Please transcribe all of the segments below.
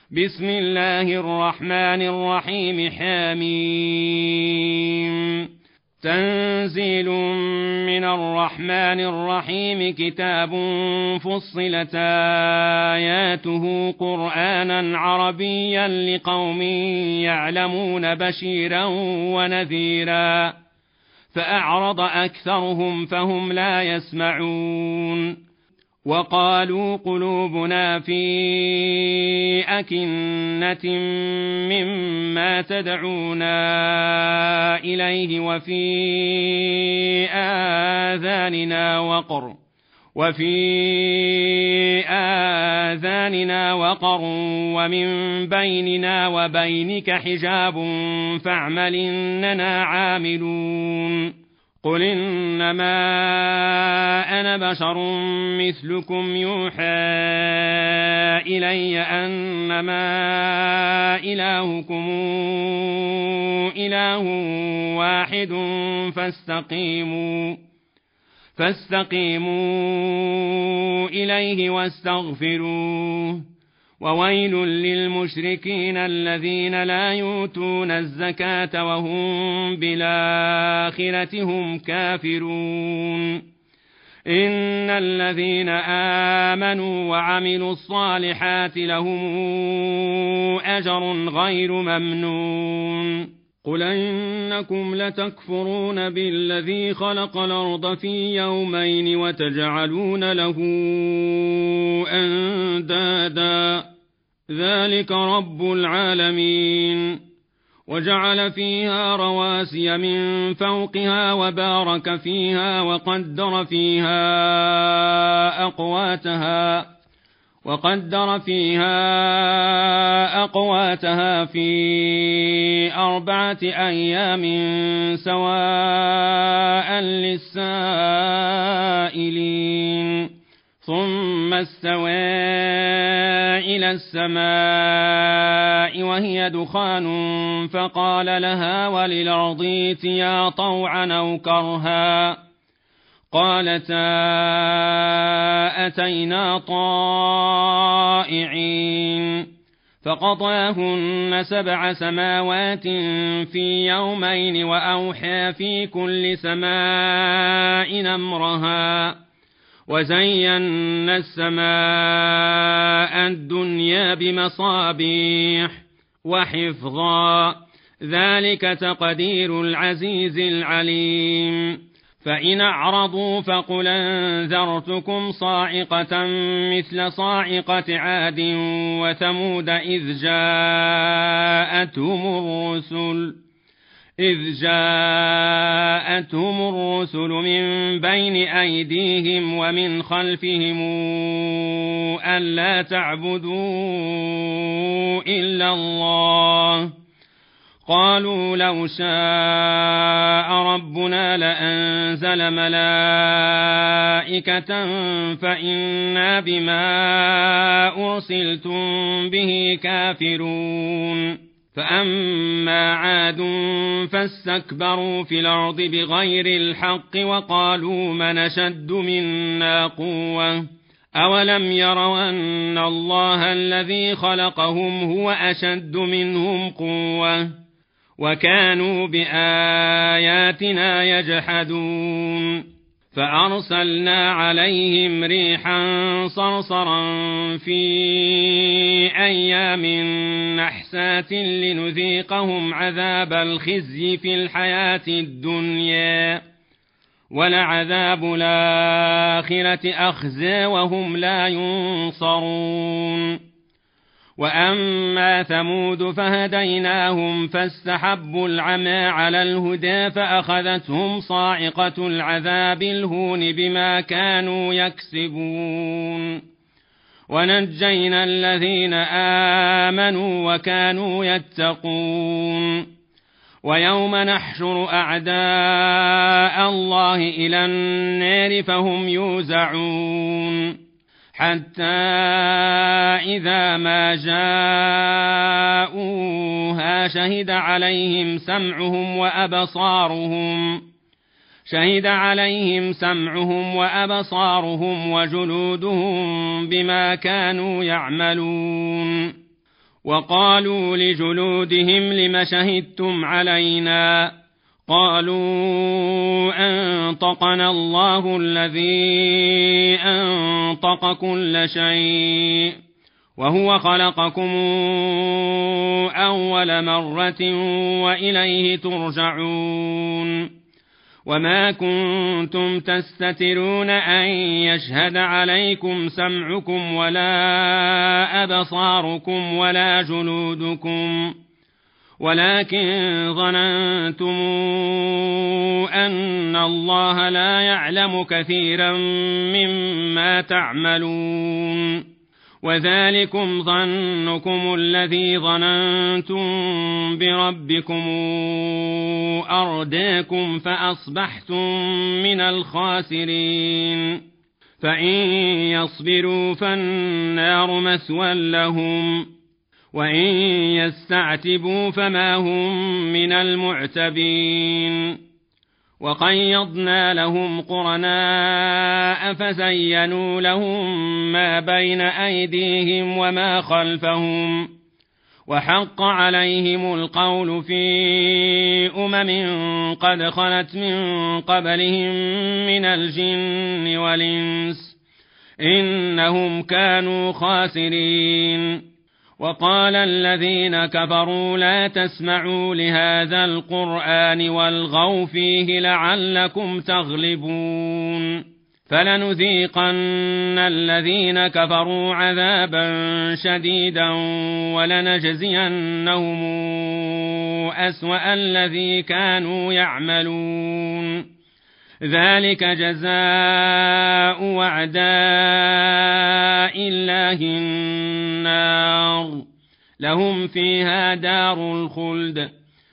بسم الله الرحمن الرحيم حميم تنزيل من الرحمن الرحيم كتاب فصلت آياته قرآنا عربيا لقوم يعلمون بشيرا ونذيرا فأعرض أكثرهم فهم لا يسمعون وقالوا قلوبنا في أكنة مما تدعونا إليه وفي آذاننا وقر ومن بيننا وبينك حجاب فاعمل إننا عاملون قل إنما أنا بشر مثلكم يوحى إلي أنما إلهكم إله واحد فاستقيموا إليه واستغفروه وويل للمشركين الذين لا يؤتون الزكاة وهم بالآخرة هم كافرون إن الذين آمنوا وعملوا الصالحات لهم أجر غير ممنون قل إنكم لتكفرون بالذي خلق الأرض في يومين وتجعلون له أندادا ذلك رب العالمين وجعل فيها رواسي من فوقها وبارك فيها وقدر فيها أقواتها في 4 أيام سواء للسائلين ثم استوى إلى السماء وهي دخان فقال لها وللأرض ائتيا طوعا أو كرها قالتا أتينا طائعين فقضاهن 7 سماوات في يومين وأوحى في كل سماء أمرها وزينا السماء الدنيا بمصابيح وحفظا ذلك تقدير العزيز العليم فإن أعرضوا فقل أنذرتكم صاعقة مثل صاعقة عاد وثمود إذ جاءتهم الرسل من بين أيديهم ومن خلفهم ألا تعبدوا إلا الله قالوا لو شاء ربنا لأنزل ملائكة فإنا بما أرسلتم به كافرون فأما عاد فاستكبروا في الأرض بغير الحق وقالوا من أشد منا قوة أولم يروا أن الله الذي خلقهم هو أشد منهم قوة وكانوا بآياتنا يجحدون فأرسلنا عليهم ريحا صرصرا في أيام نحسات لنذيقهم عذاب الخزي في الحياة الدنيا ولعذاب الآخرة أخزى وهم لا ينصرون وأما ثمود فهديناهم فاستحبوا العمى على الهدى فأخذتهم صاعقة العذاب الهون بما كانوا يكسبون ونجينا الذين آمنوا وكانوا يتقون ويوم نحشر أعداء الله إلى النار فهم يوزعون حتى إذا ما جاءوها شهد عليهم سمعهم وأبصارهم وجلودهم بما كانوا يعملون وقالوا لجلودهم لم شهدتم علينا قالوا أنطقنا الله الذي أنطق كل شيء وهو خلقكم أول مرة وإليه ترجعون وما كنتم تستترون أن يشهد عليكم سمعكم ولا أبصاركم ولا جلودكم ولكن ظننتم أن الله لا يعلم كثيرا مما تعملون وذلكم ظنكم الذي ظننتم بربكم أرداكم فأصبحتم من الخاسرين فإن يصبروا فالنار مثوى لهم وإن يستعتبوا فما هم من المعتبين وقيضنا لهم قرناء فزينوا لهم ما بين أيديهم وما خلفهم وحق عليهم القول في قد خلت من قبلهم من الجن والإنس إنهم كانوا خاسرين وقال الذين كفروا لا تسمعوا لهذا القرآن والغوا فيه لعلكم تغلبون فلنذيقن الذين كفروا عذابا شديدا ولنجزينهم أسوأ الذي كانوا يعملون ذلك جزاء أعداء الله النار لهم فيها دار الخلد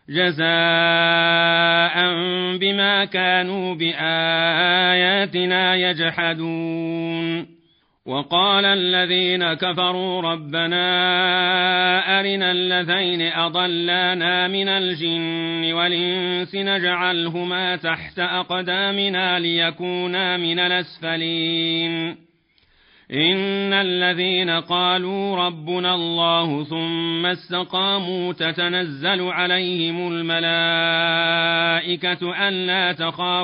جزاء بما كانوا بآياتنا يجحدون وقال الذين كفروا ربنا أرنا الذين أضلانا من الجن والإنس نجعلهما تحت أقدامنا ليكونا من الأسفلين إن الذين قالوا ربنا الله ثم استقاموا تتنزل عليهم الملائكة ألا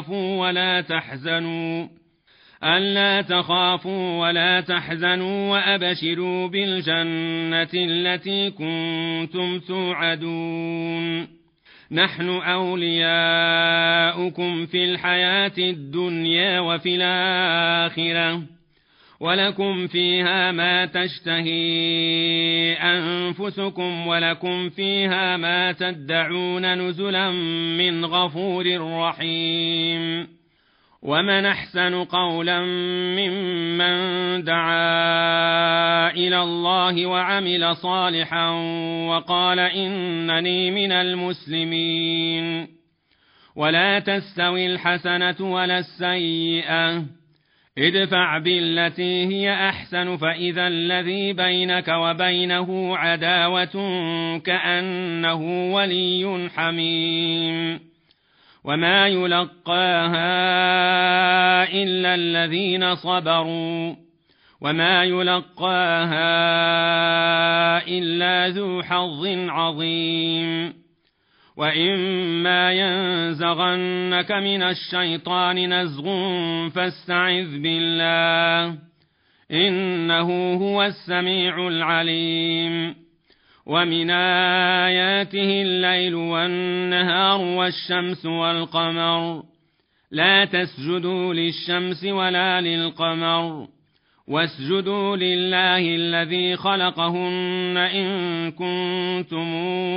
تخافوا ولا تحزنوا وأبشروا بالجنة التي كنتم توعدون نحن أولياؤكم في الحياة الدنيا وفي الآخرة ولكم فيها ما تشتهي أنفسكم ولكم فيها ما تدعون نزلا من غفور رحيم ومن أحسن قولا ممن دعا إلى الله وعمل صالحا وقال إنني من المسلمين ولا تستوي الحسنة ولا السيئة ادفع بالتي هي أحسن فإذا الذي بينك وبينه عداوة كأنه ولي حميم وما يلقاها إلا الذين صبروا وما يلقاها إلا ذو حظ عظيم وإما ينزغنك من الشيطان نزغ فاستعذ بالله إنه هو السميع العليم ومن آياته الليل والنهار والشمس والقمر لا تسجدوا للشمس ولا للقمر واسجدوا لله الذي خلقهن إن كنتم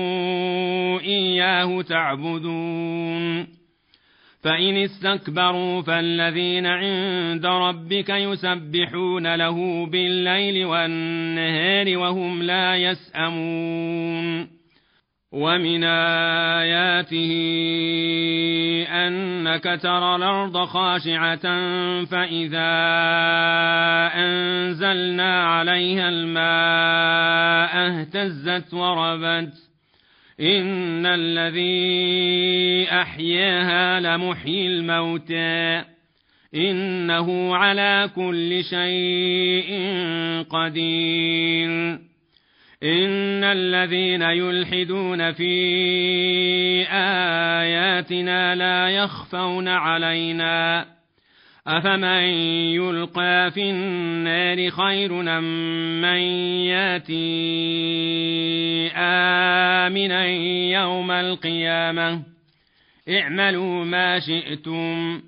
إياه تعبدون فإن استكبروا فالذين عند ربك يسبحون له بالليل والنهار وهم لا يسأمون ومن آياته أنك ترى الأرض خاشعة فإذا أنزلنا عليها الماء اهتزت وربت إن الذي أحياها لمحيي الموتى إنه على كل شيء قدير إن الذين يلحدون في آياتنا لا يخفون علينا أفمن يلقى في النار خير أم من ياتي آمنا يوم القيامة اعملوا ما شئتم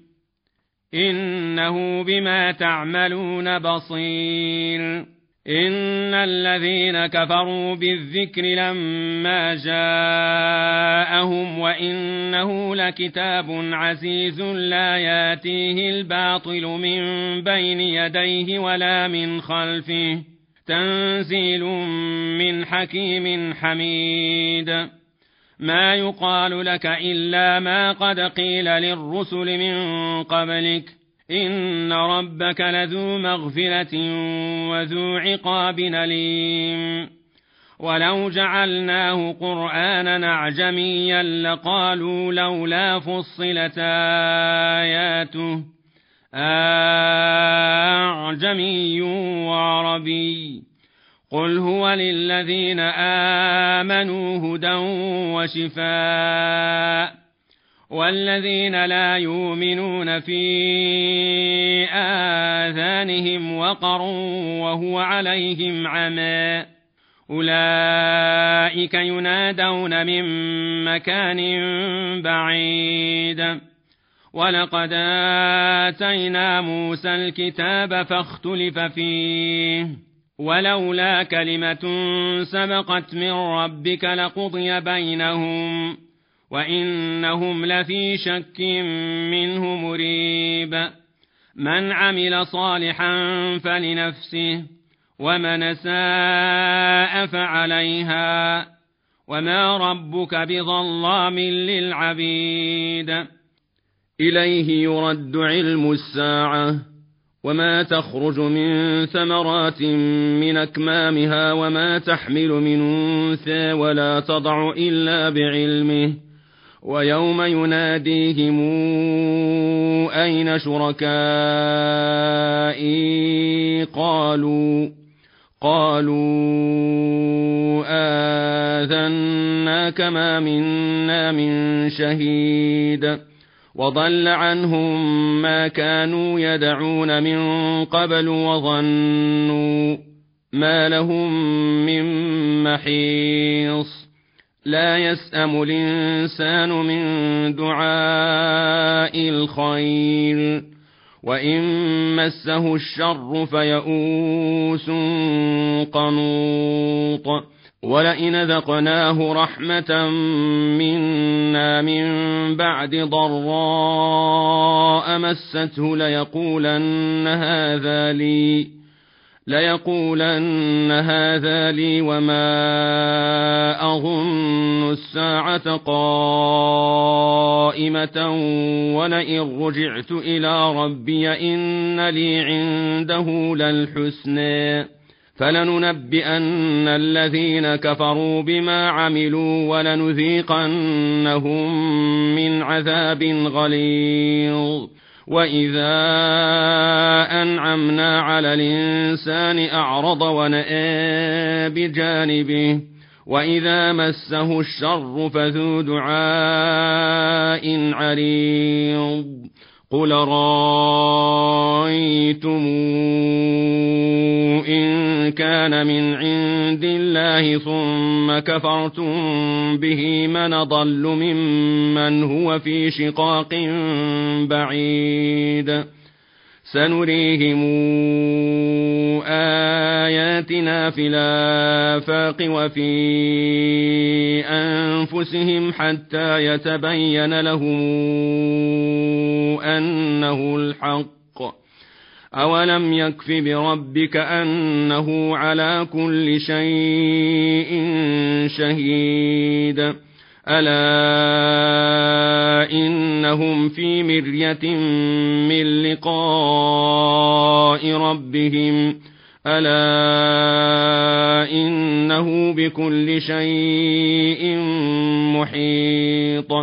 إنه بما تعملون بصير. إن الذين كفروا بالذكر لما جاءهم وإنه لكتاب عزيز لا ياتيه الباطل من بين يديه ولا من خلفه تنزيل من حكيم حميد. ما يقال لك إلا ما قد قيل للرسل من قبلك إن ربك لذو مغفرة وذو عقاب أليم. ولو جعلناه قرآنا أعجميا لقالوا لولا فصلت آياته أعجمي وعربي قل هو للذين آمنوا هدى وشفاء والذين لا يؤمنون في آذانهم وقر وهو عليهم عمى أولئك ينادون من مكان بعيد. ولقد آتينا موسى الكتاب فاختلف فيه ولولا كلمة سبقت من ربك لقضي بينهم وإنهم لفي شك منه مريب. من عمل صالحا فلنفسه ومن أساء فعليها وما ربك بظلام للعبيد. إليه يرد علم الساعة وما تخرج من ثمرات من أكمامها وما تحمل من أنثى ولا تضع إلا بعلمه ويوم يناديهم أين شركائي قالوا آذناك ما منا من شهيد وضل عنهم ما كانوا يدعون من قبل وظنوا ما لهم من محيص. لا يسأم الإنسان من دعاء الخير وإن مسه الشر فيئوس قنوط. ولئن ذقناه رحمة منا من بعد ضراء مسته ليقولن هذا لي وما أظن الساعة قائمة ولئن رجعت إلى ربي إن لي عنده للحسنى فلننبئن الذين كفروا بما عملوا ولنذيقنهم من عذاب غليظ. وإذا أنعمنا على الإنسان أعرض ونأى بجانبه وإذا مسه الشر فذو دعاء عريض. قل رأيتم إن كان من عند الله ثم كفرتم به من ضل ممن هو في شقاق بعيد. سنريهم آياتنا في الآفاق وفي أنفسهم حتى يتبين لهم أنه الحق. أولم يكف بربك أنه على كل شيء شهيد. ألا إنهم في مرية من لقاء ربهم ألا إنه بكل شيء محيط.